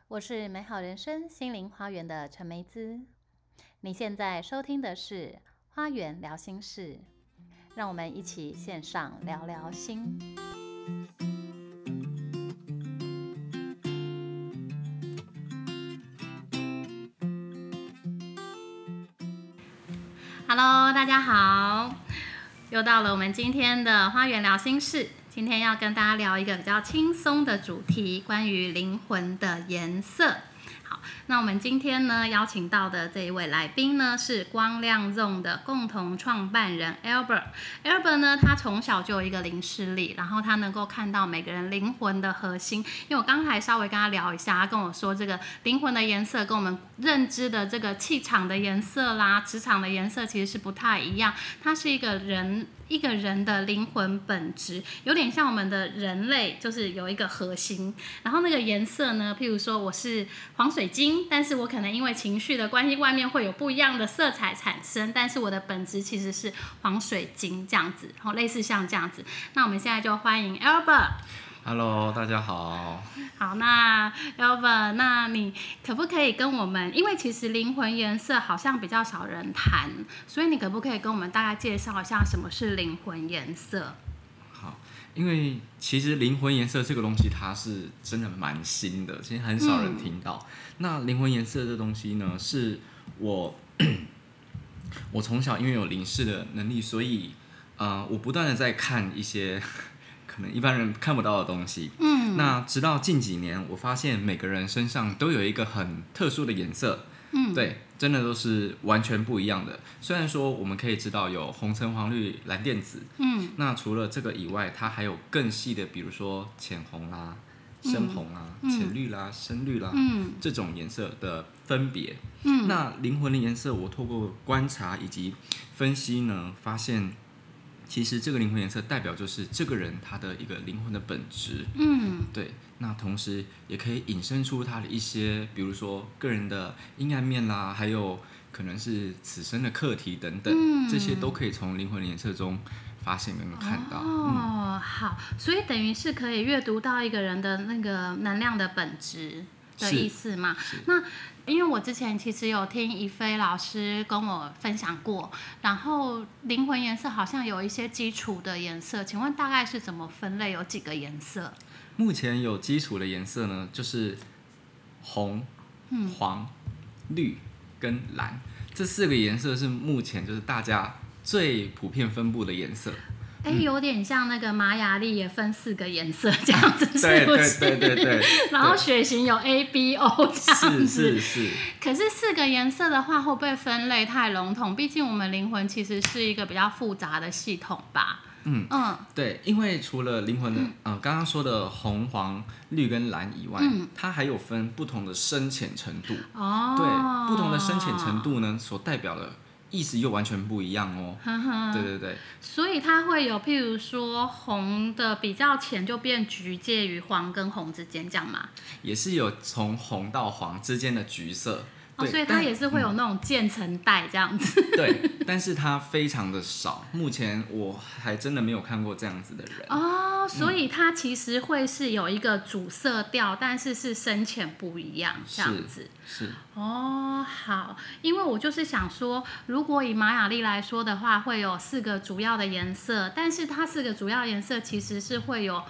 我是美好人生心灵花园的陈梅姿。你现在收听的是花园聊心事，让我们一起线上聊聊心。Hello， 大家好，又到了我们今天的花园聊心事。今天要跟大家聊一个比较轻松的主题，关于灵魂的颜色。好，那我们今天呢邀请到的这一位来宾呢是光亮 Zone 的共同创办人 Albert。Albert 呢，他从小就有一个灵视力，然后他能够看到每个人灵魂的核心。因为我刚才稍微跟他聊一下，他跟我说这个灵魂的颜色跟我们认知的这个气场的颜色啦、磁场的颜色其实是不太一样。它是一个人的灵魂本质，有点像我们的人类，就是有一个核心。然后那个颜色呢，譬如说我是黄水晶，但是我可能因为情绪的关系，外面会有不一样的色彩产生，但是我的本质其实是黄水晶这样子，类似像这样子。那我们现在就欢迎 Albert。Hello， 大家好。 好，那 Albert， 那你可不可以跟我们，因为其实灵魂颜色好像比较少人谈，所以你可不可以跟我们大概介绍一下什么是灵魂颜色？ 好，因为其实灵魂颜色这个东西它是真的蛮新的，其实很少人听到。那灵魂颜色这东西呢，是我从小因为有灵视的能力，所以我不断的在看一些可能一般人看不到的东西。那直到近几年，我发现每个人身上都有一个很特殊的颜色。对，真的都是完全不一样的。虽然说我们可以知道有红橙黄绿蓝靛紫，那除了这个以外，它还有更细的，比如说浅红啦、深红啦、浅绿啦、深绿啦，这种颜色的分别。那灵魂的颜色，我透过观察以及分析呢，发现其实这个灵魂颜色代表就是这个人他的一个灵魂的本质。对。那同时也可以引申出他的一些，比如说个人的阴暗面啦，还有可能是此生的课题等等，这些都可以从灵魂的颜色中发现跟看到。 好，所以等于是可以阅读到一个人的那个能量的本质的意思嘛？那因为我之前其实有听宜菲老师跟我分享过，然后灵魂颜色好像有一些基础的颜色，请问大概是怎么分类？有几个颜色？ 目前有基础的颜色呢，就是红、黄、绿跟蓝，这4个颜色是目前就是大家最普遍分布的颜色。 有点像那个玛雅历也分4个颜色这样子，是不是？ 对。 然后血型有 A、B、O 这样子。是。可是4个颜色的话，会不会分类太笼统？毕竟我们灵魂其实是一个比较复杂的系统吧。 对，因为除了灵魂的刚刚说的红、黄、绿跟蓝以外，它还有分不同的深浅程度。对，不同的深浅程度呢，所代表的意思又完全不一样哦。对。 所以它会有，譬如说红的比较浅，就变橘，介于黄跟红之间，这样吗？ 也是有从红到黄之间的橘色。 所以它也是会有那种渐层带这样子。 对，但是它非常的少，目前我还真的没有看过这样子的人。 所以它其实会是有一个主色调，但是是深浅不一样这样子。 是。 好，因为我就是想说，如果以玛雅历来说的话，会有4个主要的颜色，但是它4个主要颜色其实是会有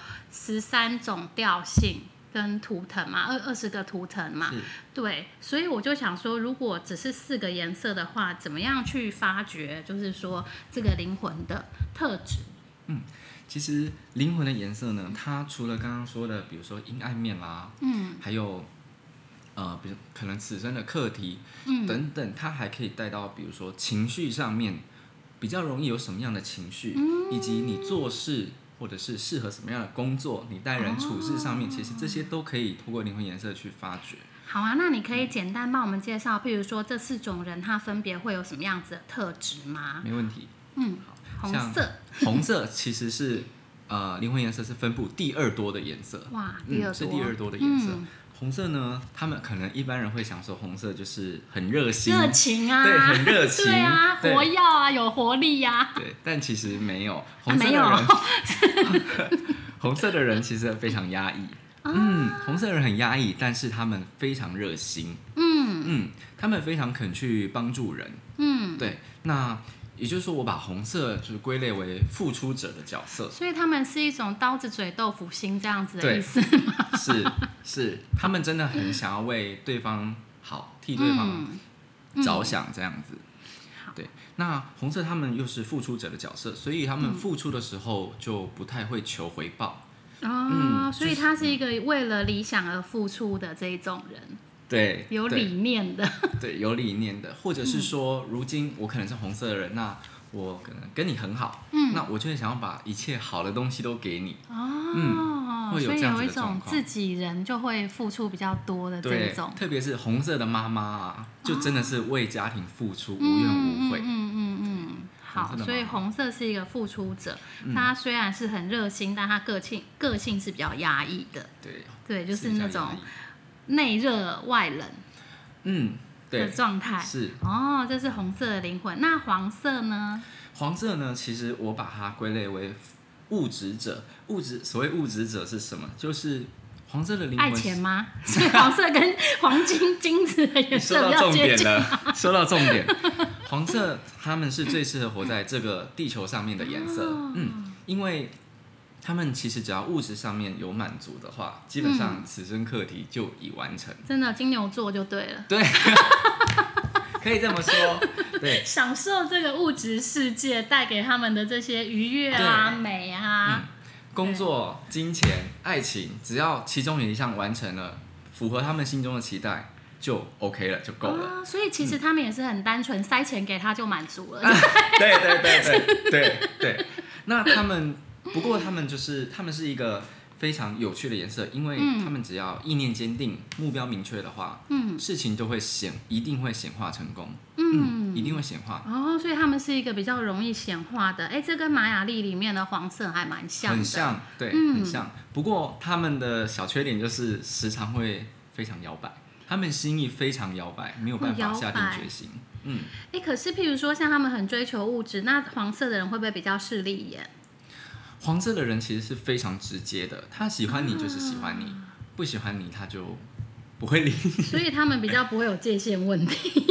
13种调性。跟图腾嘛，20个图腾嘛，对，所以我就想说，如果只是4个颜色的话，怎么样去发掘，就是说这个灵魂的特质？ 其实灵魂的颜色呢，它除了刚刚说的，比如说阴暗面啦，还有比如可能此生的课题，等等，它还可以带到，比如说情绪上面比较容易有什么样的情绪，以及你做事。或者是适合什么样的工作，你待人处事上面，其实这些都可以透过灵魂颜色去发掘。 好啊，那你可以简单帮我们介绍，譬如说这4种人，他分别会有什么样子的特质吗？ 没问题。 好， 红色其实是灵魂颜色是分布第2多的颜色。 哇，第2多是第2多的颜色。红色呢，他们可能一般人会想说红色就是很热心、 热情啊， 对，很热情， 对啊，活跃啊，有活力啊。 对，但其实没有，红色的人，红色的人其实非常压抑。 红色的人很压抑，但是他们非常热心。他们非常肯去帮助人。对，那也就是说，我把红色就是归类为付出者的角色， 所以他们是一种刀子嘴豆腐心这样子的意思吗？ 是，他们真的很想要为对方好，替对方着想这样子。对，那红色他们又是付出者的角色，所以他们付出的时候就不太会求回报。 所以他是一个为了理想而付出的这一种人。 对， 有理念的。 对，有理念的，或者是说，如今我可能是红色的人，那我可能跟你很好，那我就会想要把一切好的东西都给你。会有这样子的状况。所以有一种自己人就会付出比较多的这一种。 特别是红色的妈妈啊，就真的是为家庭付出，无怨无悔。 好，所以红色是一个付出者，他虽然是很热心，但他个性是比较压抑的。对，就是那种内热外冷的状态。 是这是红色的灵魂。那黄色呢？ 黄色呢，其实我把它归类为物质者。所谓物质者是什么？就是黄色的灵魂。爱钱吗？所以黄色跟黄金、金子的颜色比较接近。 说到重点，黄色他们是最适合活在这个地球上面的颜色。因为他们其实只要物质上面有满足的话，基本上此生课题就已完成。 真的，金牛座就对了。 对，可以这么说。对， 享受这个物质世界带给他们的这些愉悦啊、美啊。 工作、金钱、爱情，只要其中有一项完成了，符合他们心中的期待，就 OK 了，就够了。 所以其实他们也是很单纯，塞钱给他就满足了。 对。那不过他们是一个非常有趣的颜色，因为他们只要意念坚定、目标明确的话，事情都会一定会显化成功。一定会显化。 所以他们是一个比较容易显化的。这跟玛雅历里面的黄色还蛮像的。 很像，对，很像。不过他们的小缺点就是时常会非常摇摆，他们心意非常摇摆，没有办法下定决心。 可是譬如说像他们很追求物质，那黄色的人会不会比较势利眼？ 黄色的人其实是非常直接的，他喜欢你就是喜欢你，不喜欢你他就不会理你。 所以他们比较不会有界限问题。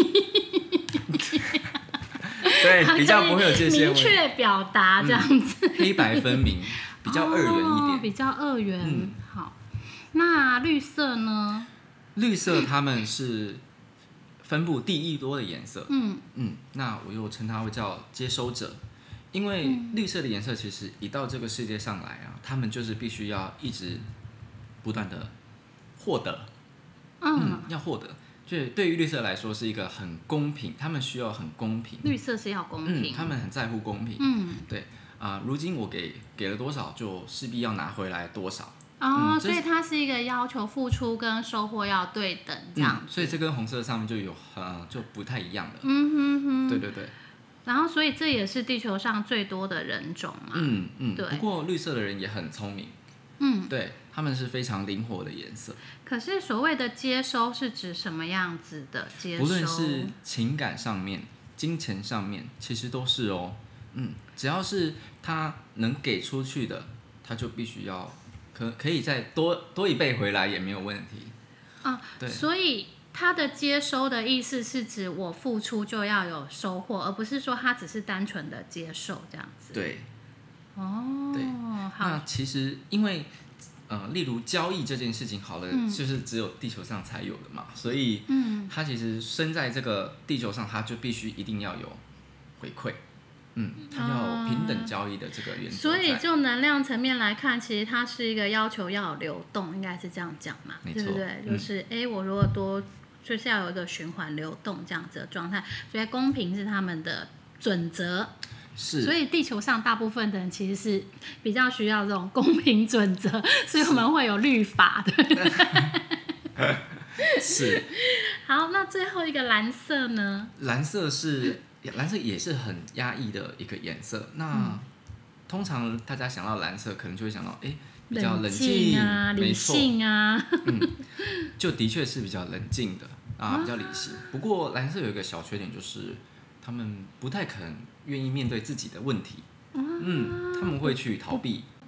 对，比较不会有界限问题， 明确表达这样子， 黑白分明，比较二元一点。 比较二元。好，那绿色呢？ 绿色他们是分布地域多的颜色。那我又称它为叫接收者。因为绿色的颜色其实一到这个世界上来啊，他们就是必须要一直不断的获得，要获得。就对于绿色来说是一个很公平，他们需要很公平。 绿色是要公平， 他们很在乎公平。对如今我给了多少，就势必要拿回来多少。 所以它是一个要求付出跟收获要对等这样。 所以这跟红色上面就有就不太一样了。对。 然后，所以这也是地球上最多的人种嘛。对。 不过绿色的人也很聪明。对，他们是非常灵活的颜色。 可是所谓的接收是指什么样子的接收？ 不论是情感上面、金钱上面，其实都是哦。只要是他能给出去的，他就必须要可以再多一倍回来也没有问题。对。 所以他的接收的意思是指我付出就要有收获，而不是说他只是单纯的接受这样子。 对。 对。好。 那其实因为例如交易这件事情，好了，就是只有地球上才有的嘛，所以他其实生在这个地球上，他就必须一定要有回馈。他要有平等交易的这个原则。 所以就能量层面来看，其实它是一个要求要有流动，应该是这样讲嘛，对不对？就是我如果多，就是要有一个循环流动这样子的状态，所以公平是他们的准则。所以地球上大部分的人其实是比较需要这种公平准则，所以我们会有律法的。 是。 好，那最后一个蓝色呢？ 蓝色也是很压抑的一个颜色。那通常大家想到蓝色，可能就会想到比较冷静啊、理性啊。就的确是比较冷静的比较理性。不过蓝色有一个小缺点，就是他们不太肯愿意面对自己的问题。他们会去逃避。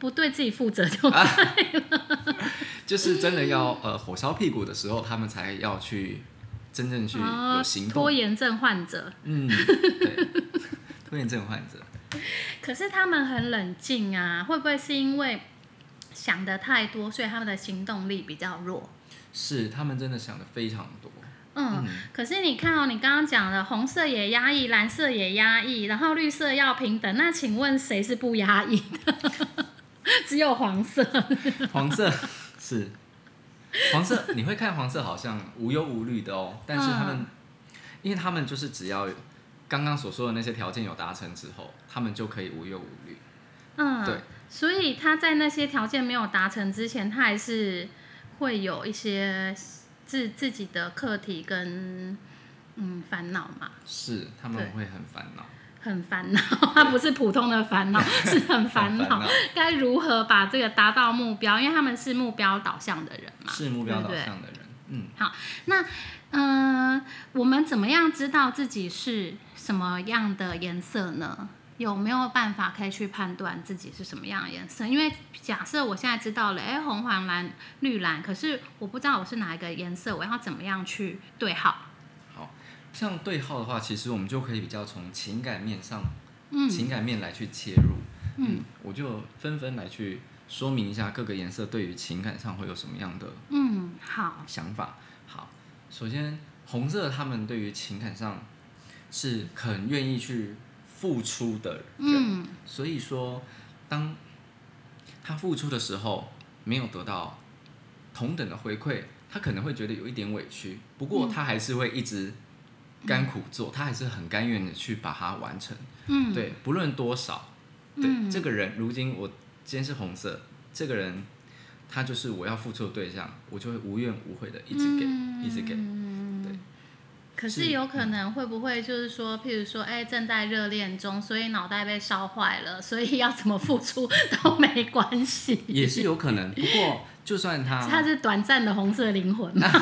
不对自己负责就对了。 就是真的要火烧屁股的时候，他们才要去真正去有行动。 拖延症患者。 对，拖延症患者。 可是他们很冷静啊，会不会是因为想的太多，所以他们的行动力比较弱？ 是，他们真的想的非常多。 可是你看你刚刚讲的红色也压抑，蓝色也压抑，然后绿色要平等，那请问谁是不压抑的？只有黄色。 黄色是黄色，你会看黄色好像无忧无虑的哦，但是他们，因为他们就是只要刚刚所说的那些条件有达成之后，他们就可以无忧无虑。对， 所以他在那些条件没有达成之前，他还是会有一些自己的课题跟烦恼嘛。 是，他们会很烦恼。 很烦恼，他不是普通的烦恼，是很烦恼。该如何把这个达到目标？因为他们是目标导向的人嘛。 是目标导向的人。 好，那我们怎么样知道自己是什么样的颜色呢？有没有办法可以去判断自己是什么样的颜色？因为假设我现在知道了，红黄蓝绿蓝，可是我不知道我是哪一个颜色，我要怎么样去对号？ 像对号的话，其实我们就可以比较从情感面上，情感面来去切入。我就纷纷来去说明一下各个颜色对于情感上会有什么样的想法。好，首先红色他们对于情感上是很愿意去付出的人，所以说当他付出的时候没有得到同等的回馈，他可能会觉得有一点委屈，不过他还是会一直甘苦做，他还是很甘愿的去把它完成。对，不论多少，对，这个人如今我今天是红色，这个人他就是我要付出的对象，我就会无怨无悔的一直给，一直给。对。 可是有可能会不会就是说，譬如说，正在热恋中，所以脑袋被烧坏了，所以要怎么付出都没关系。 也是有可能，不过就算他是短暂的红色灵魂嘛。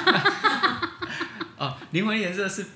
灵魂颜色是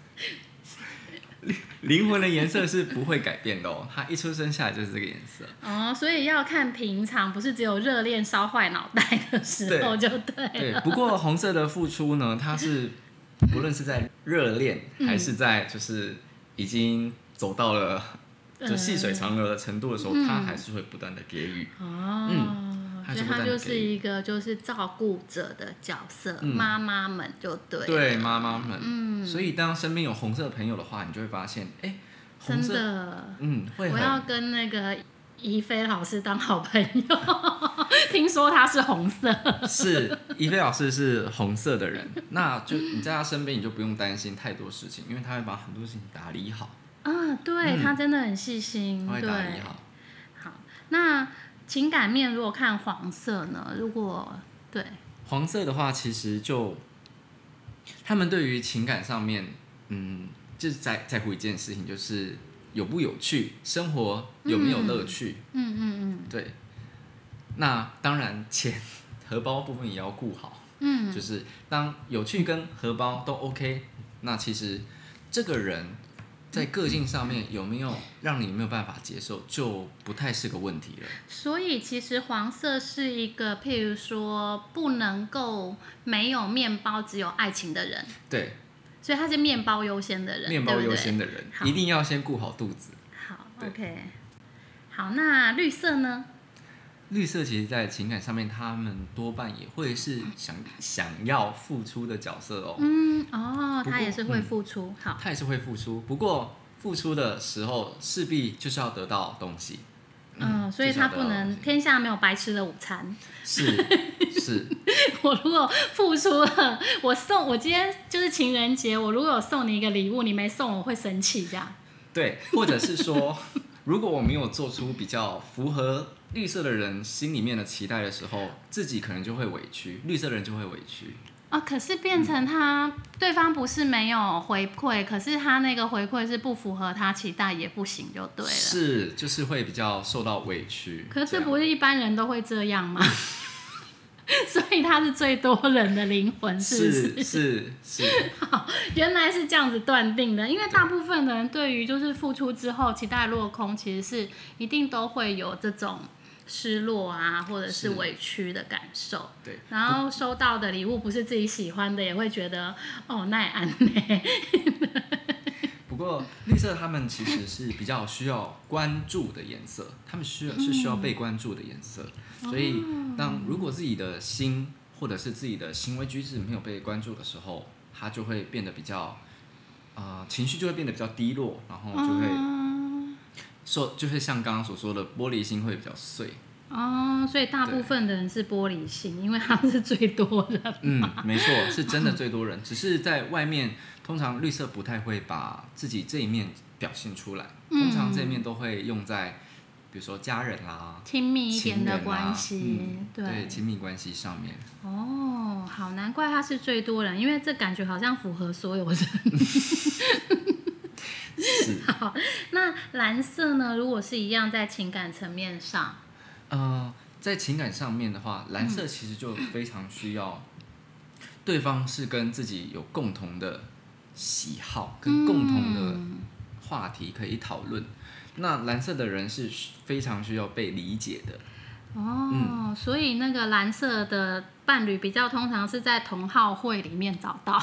灵魂的颜色是不会改变的哦，它一出生下来就是这个颜色。 所以要看平常，不是只有热恋烧坏脑袋的时候就对了。 对，不过红色的付出呢，它是不论是在热恋还是在就是已经走到了就细水长流的程度的时候，它还是会不断的给予。 所以他就是一个就是照顾者的角色，妈妈们就对了。 对，妈妈们。所以当身边有红色的朋友的话，你就会发现，红色， 真的， 会我要跟那个怡菲老师当好朋友。听说他是红色。 是，怡菲老师是红色的人，那就你在他身边，你就不用担心太多事情，因为他会把很多事情打理好。 对，他真的很细心， 他会打理好。 好，那情感面如果看黄色呢？如果对黄色的话，其实就他们对于情感上面，就是在乎一件事情，就是有不有趣，生活有没有乐趣。对。那当然，荷包部分也要顾好。就是当有趣跟荷包都 OK， 那其实这个人在个性上面有没有让你没有办法接受，就不太是个问题了。 所以其实黄色是一个，譬如说不能够没有面包只有爱情的人。 对。 所以他是面包优先的人。 面包优先的人，一定要先顾好肚子。 好 ，OK。好，那绿色呢？ 绿色其实在情感上面，他们多半也会是想要付出的角色哦。 他也是会付出。好， 他也是会付出，不过付出的时候势必就是要得到东西。 所以他不能天下没有白吃的午餐。 是。 我如果付出了，我今天就是情人节，我如果有送你一个礼物，你没送我会生气这样。 对，或者是说，如果我没有做出比较符合绿色的人心里面的期待的时候，自己可能就会委屈，绿色的人就会委屈。 可是变成对方不是没有回馈，可是他那个回馈是不符合他期待也不行就对了。 是，就是会比较受到委屈。 可是不是一般人都会这样吗？所以他是最多人的灵魂，是不是？是。好，原来是这样子断定的。因为大部分的人对于就是付出之后期待落空，其实是一定都会有这种失落啊，或者是是委屈的感受。 对， 然后收到的礼物不是自己喜欢的，也会觉得哦，那也安呢。 不过绿色他们其实是比较需要关注的颜色，他们是需要被关注的颜色，所以如果自己的心或者是自己的行为举止没有被关注的时候，他就会变得比较情绪就会变得比较低落，然后就会就会像刚刚所说的玻璃心会比较碎。 所以大部分的人是玻璃心，因为他们是最多人。 没错，是真的最多人，只是在外面，通常绿色不太会把自己这一面表现出来，通常这一面都会用在，比如说家人啦、 亲密一点的关系， 对亲密关系上面。 好，难怪他是最多人，因为这感觉好像符合所有人。 是。 好，那蓝色呢？如果是一样在情感层面上， 在情感上面的话，蓝色其实就非常需要对方是跟自己有共同的喜好跟共同的话题可以讨论。那蓝色的人是非常需要被理解的。 所以那个蓝色的伴侣比较通常是在同好会里面找到。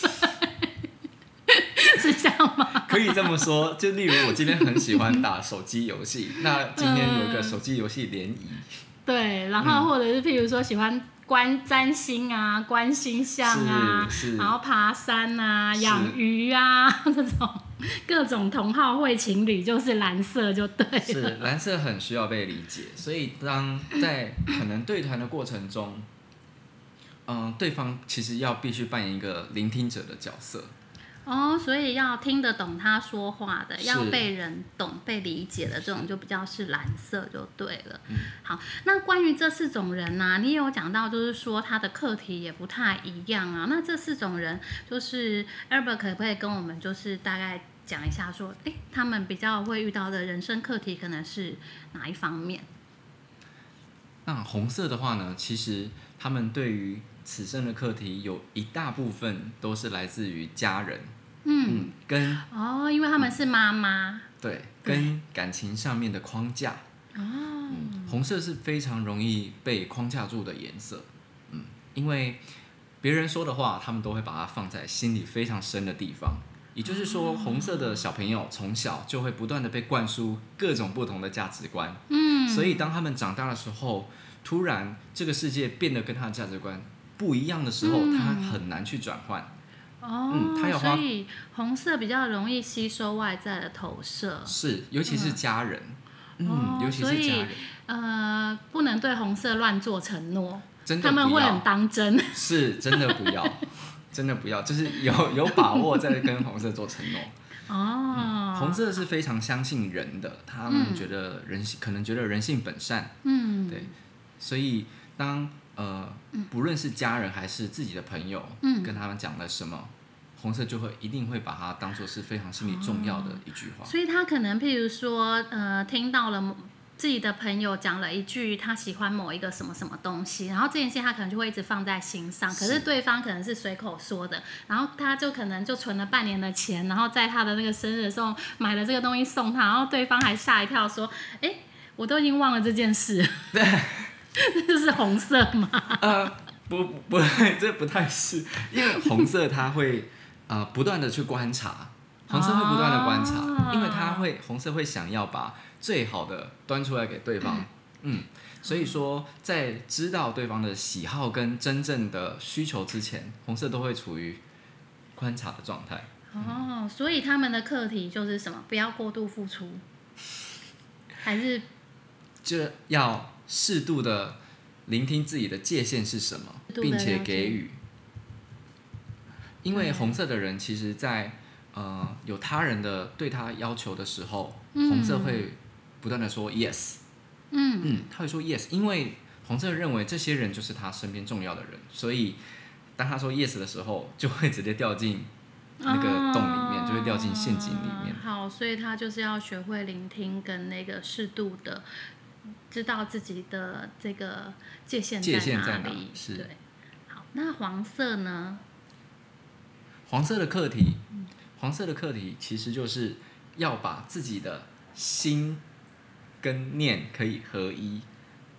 是这样吗？ 可以这么说，就例如我今天很喜欢打手机游戏，那今天有一个手机游戏联谊。 对，然后或者是譬如说喜欢占星啊、观星象啊，然后爬山啊、养鱼啊这种各种同好会情侣，就是蓝色就对了。 是蓝色很需要被理解，所以当在可能对谈的过程中，对方其实必须扮演一个聆听者的角色。 所以要听得懂他说话的，要被人懂、被理解的这种，就比较是蓝色就对了。好，那关于这4种人呢，你也有讲到，就是说他的课题也不太一样啊。那这4种人，就是 Albert 可不可以跟我们就是大概讲一下说，他们比较会遇到的人生课题可能是哪一方面？ 那红色的话呢，其实他们对于此生的课题有一大部分都是来自于家人。 因为他们是妈妈， 对，跟感情上面的框架。红色是非常容易被框架住的颜色。因为别人说的话，他们都会把它放在心里非常深的地方。也就是说，红色的小朋友从小就会不断的被灌输各种不同的价值观。所以当他们长大的时候，突然这个世界变得跟他的价值观不一样的时候，他很难去转换。 所以红色比较容易吸收外在的投射， 是，尤其是家人。尤其是家人。 所以不能对红色乱做承诺， 真的不要， 他们会很当真。 是，真的不要，真的不要，就是有把握在跟红色做承诺。红色是非常相信人的，他们觉得可能觉得人性本善。对，所以当不论是家人还是自己的朋友，跟他们讲了什么，红色就一定会把它当作是非常心里重要的一句话。 所以他可能譬如说听到了自己的朋友讲了一句他喜欢某一个什么什么东西，然后这件事他可能就会一直放在心上，可是对方可能是随口说的，然后他就可能就存了半年的钱，然后在他的那个生日的时候买了这个东西送他，然后对方还吓一跳说我都已经忘了这件事。 对。 这是红色吗？ 不，这不太是，因为红色它会不断的去观察，红色会不断的观察，因为红色会想要把最好的端出来给对方。所以说在知道对方的喜好跟真正的需求之前，红色都会处于观察的状态。 所以他们的课题就是什么？不要过度付出，还是就要适度的聆听自己的界限是什么，并且给予。因为红色的人其实在有他人的对他要求的时候，红色会不断的说 yes。他会说 yes， 因为红色认为这些人就是他身边重要的人，所以当他说 yes 的时候，就会直接掉进那个洞里面，就会掉进陷阱里面。 好，所以他就是要学会聆听跟那个适度的知道自己的这个界限在哪里。 是。 对。好，那黄色呢？ 黄色的课题其实就是要把自己的心跟念可以合一。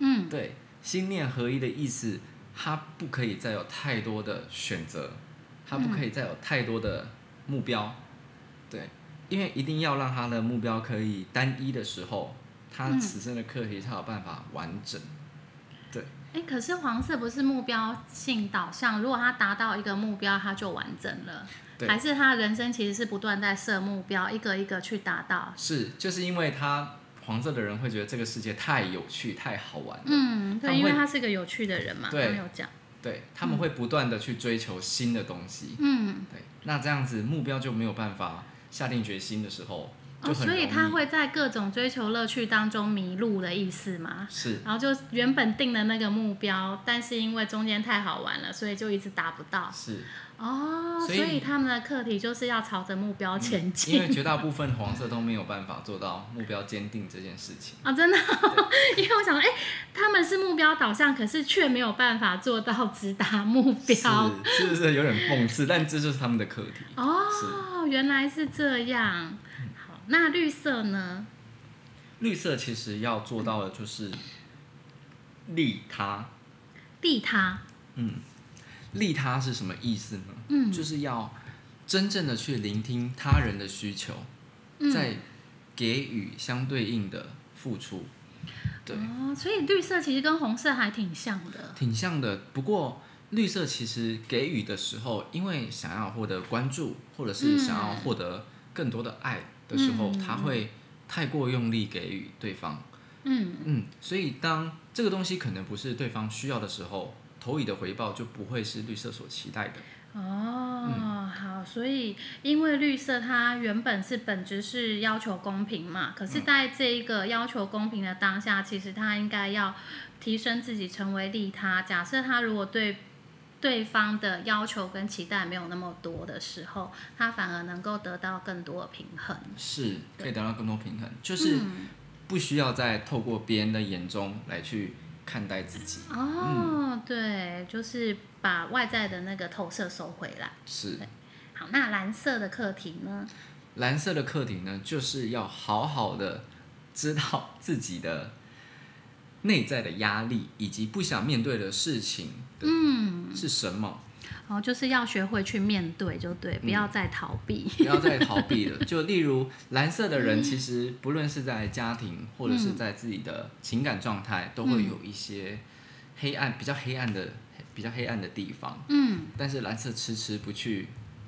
对，心念合一的意思，它不可以再有太多的选择，它不可以再有太多的目标，对，因为一定要让他的目标可以单一的时候，他此生的课题才有办法完整。对。 可是黄色不是目标性导向，如果他达到一个目标，他就完整了。还是他人生其实是不断在设目标，一个一个去达到。 是，就是因为他黄色的人会觉得这个世界太有趣、太好玩了。 对，因为他是个有趣的人嘛，他没有讲。 对，他们会不断的去追求新的东西。对，那这样子目标就没有办法下定决心的时候。 所以他会在各种追求乐趣当中迷路的意思吗？ 是， 然后就原本定的那个目标，但是因为中间太好玩了，所以就一直达不到。 是， 所以他们的课题就是要朝着目标前进。 因为绝大部分黄色都没有办法做到目标坚定这件事情。 真的，因为我想说，他们是目标导向，可是却没有办法做到直达目标， 是不是有点讽刺？但这就是他们的课题。 原来是这样。那绿色呢？ 绿色其实要做到的就是利他。 利他。 利他是什么意思呢？就是要真正的去聆听他人的需求，再给予相对应的付出。对。 所以绿色其实跟红色还挺像的。 挺像的，不过绿色其实给予的时候，因为想要获得关注，或者是想要获得更多的爱的时候，他会太过用力给予对方。所以当这个东西可能不是对方需要的时候，投以的回报就不会是绿色所期待的。 好，所以因为绿色它原本是本质是要求公平嘛，可是在这一个要求公平的当下，其实他应该要提升自己，成为利他。假设他如果对方的要求跟期待没有那么多的时候，他反而能够得到更多的平衡。 是，可以得到更多平衡，就是不需要再透过别人的眼中来去看待自己。 对，就是把外在的那个投射收回来。 是。 好，那蓝色的课题呢？ 蓝色的课题呢，就是要好好的知道自己的内在的压力以及不想面对的事情是什么。 就是要学会去面对，就对，不要再逃避。 不要再逃避了。就例如蓝色的人，其实不论是在家庭或者是在自己的情感状态，都会有一些比较黑暗的地方。但是蓝色迟迟不去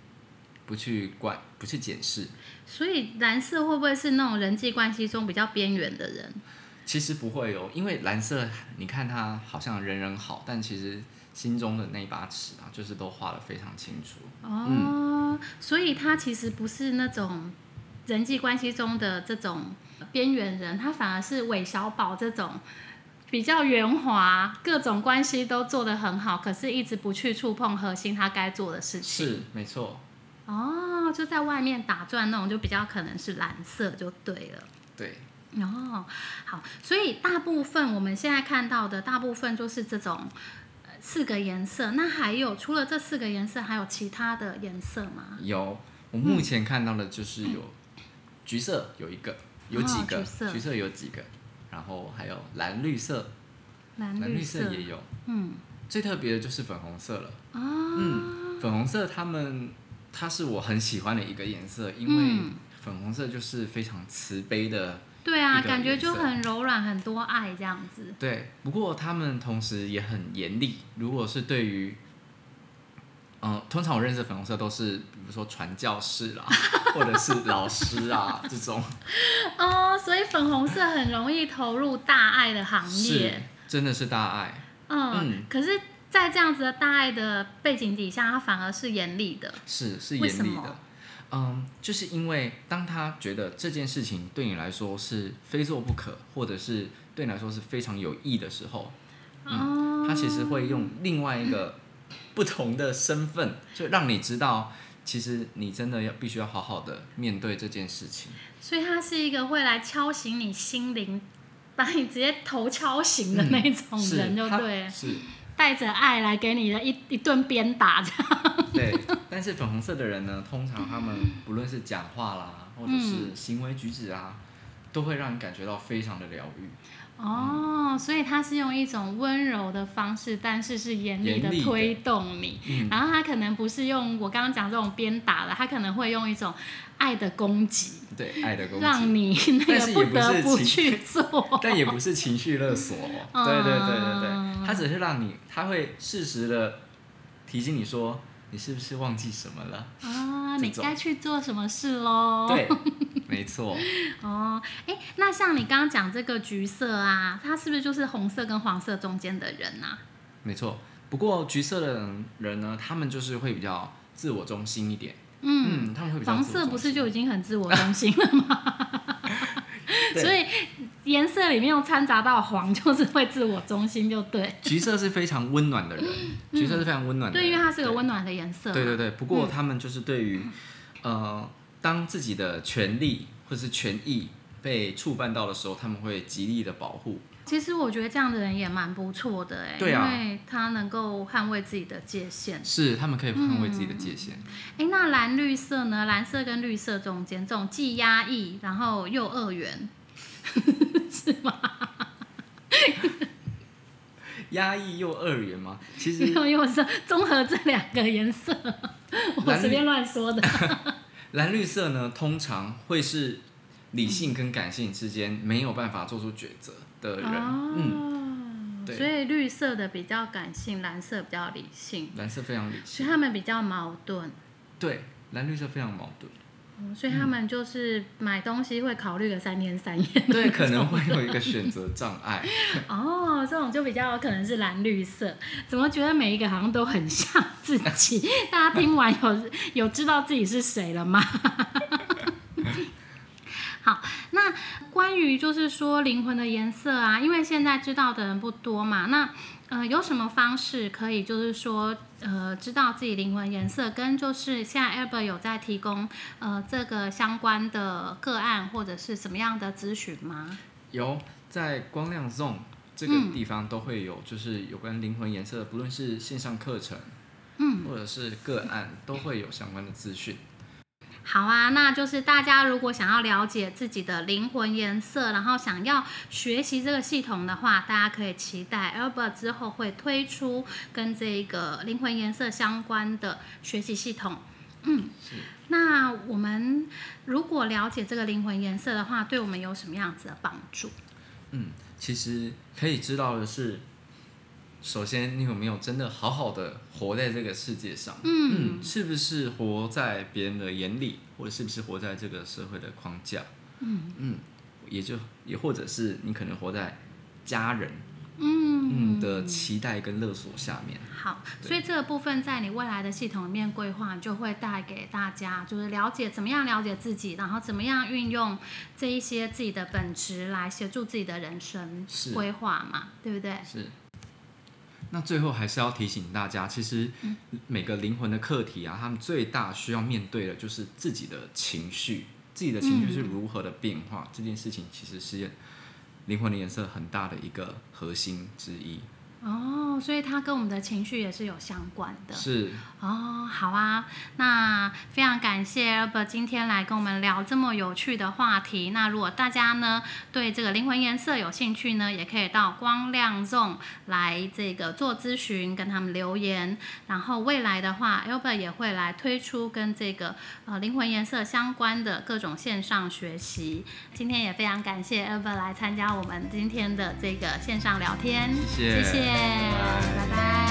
检视。所以蓝色会不会是那种人际关系中比较边缘的人？ 其实不会哦，因为蓝色你看他好像人人好，但其实心中的那把尺啊，就是都画得非常清楚。 所以他其实不是那种人际关系中的这种边缘人，他反而是韦小宝这种比较圆滑，各种关系都做得很好，可是一直不去触碰核心他该做的事情。 是，没错。 就在外面打转那种，就比较可能是蓝色就对了。 对。 好，所以大部分我们现在看到的大部分就是这种4个颜色。那还有除了这4个颜色，还有其他的颜色吗？ 有，我目前看到的就是有橘色有几个，橘色有几个，然后还有蓝绿色也有。最特别的就是粉红色了。粉红色它是我很喜欢的一个颜色，因为粉红色就是非常慈悲的。 对啊，感觉就很柔软，很多爱这样子。 对，不过他们同时也很严厉。如果是对于，通常我认识的粉红色都是，比如说传教士啦，或者是老师啊这种。 所以粉红色很容易投入大爱的行业。 是，真的是大爱。 可是，在这样子的大爱的背景底下，它反而是严厉的。 是严厉的。就是因为当他觉得这件事情对你来说是非做不可，或者是对你来说是非常有益的时候，他其实会用另外一个不同的身份，就让你知道，其实你真的必须要好好的面对这件事情。 所以他是一个会来敲醒你心灵，把你直接头敲醒的那种人，就对了。是带着爱来给你的一顿鞭打这样。 对，但是粉红色的人呢，通常他们不论是讲话啦，或者是行为举止啊，都会让你感觉到非常的疗愈。 所以他是用一种温柔的方式，但是是严厉的推动你。然后他可能不是用我刚刚讲这种鞭打的，他可能会用一种爱的攻击， 对，爱的攻击， 让你那个不得不去做。 但也不是情绪勒索。对，他只是让你，他会适时的提醒你说，你是不是忘记什么了啊？ 你该去做什么事咯。 对。没错。 那像你刚刚讲这个橘色啊，它是不是就是红色跟黄色中间的人啊？ 没错，不过橘色的人呢，他们就是会比较自我中心一点。他们会比较自我中心。黄色不是就已经很自我中心了吗？所以颜色里面又掺杂到黄，就是会自我中心，就对。 橘色是非常温暖的人，橘色是非常温暖的人。 对，因为它是个温暖的颜色。 对，不过他们就是对于当自己的权利或是权益被触犯到的时候，他们会极力的保护。 其实我觉得这样的人也蛮不错的， 对啊， 因为他能够捍卫自己的界限。 是，他们可以捍卫自己的界限。 那蓝绿色呢？蓝色跟绿色中间这种既压抑，然后又二元，是吗？ 压抑又二元吗？其实又是综合这两个颜色，我随便乱说的。 蓝绿色呢，通常会是理性跟感性之间没有办法做出抉择的人。 对，所以绿色的比较感性，蓝色比较理性。 蓝色非常理性， 所以他们比较矛盾。 对，蓝绿色非常矛盾。 所以他们就是买东西会考虑个3天3夜。 对，可能会有一个选择障碍。 这种就比较可能是蓝绿色。怎么觉得每一个好像都很像自己？大家听完有知道自己是谁了吗？好，那关于就是说灵魂的颜色啊，因为现在知道的人不多嘛，那有什么方式可以就是说知道自己灵魂颜色，跟就是现在 Albert 有在提供这个相关的个案或者是什么样的咨询吗？ 有，在光亮 Zone 这个地方都会有，就是有关灵魂颜色，不论是线上课程，或者是个案，都会有相关的资讯。 好啊，那就是大家如果想要了解自己的灵魂颜色，然后想要学习这个系统的话，大家可以期待 Albert 之后会推出跟这个灵魂颜色相关的学习系统。那我们如果了解这个灵魂颜色的话，对我们有什么样子的帮助？ 其实可以知道的是，首先你有没有真的好好的活在这个世界上？是不是活在别人的眼里，或者是不是活在这个社会的框架？也或者是你可能活在家人的期待跟勒索下面。 好，所以这个部分在你未来的系统里面规划，就会带给大家就是了解怎么样了解自己，然后怎么样运用这一些自己的本质来协助自己的人生规划嘛，对不对？ 是。那最后还是要提醒大家，其实每个灵魂的课题啊，他们最大需要面对的就是自己的情绪，自己的情绪是如何的变化，这件事情其实是灵魂的颜色很大的一个核心之一。 所以它跟我们的情绪也是有相关的。 是。 好啊，那非常感谢 Albert 今天来跟我们聊这么有趣的话题。那如果大家呢对这个灵魂颜色有兴趣呢，也可以到光亮 Zone 来这个做咨询，跟他们留言。然后未来的话 Albert 也会来推出跟这个灵魂颜色相关的各种线上学习。今天也非常感谢 Albert 来参加我们今天的这个线上聊天。 谢谢， 拜拜。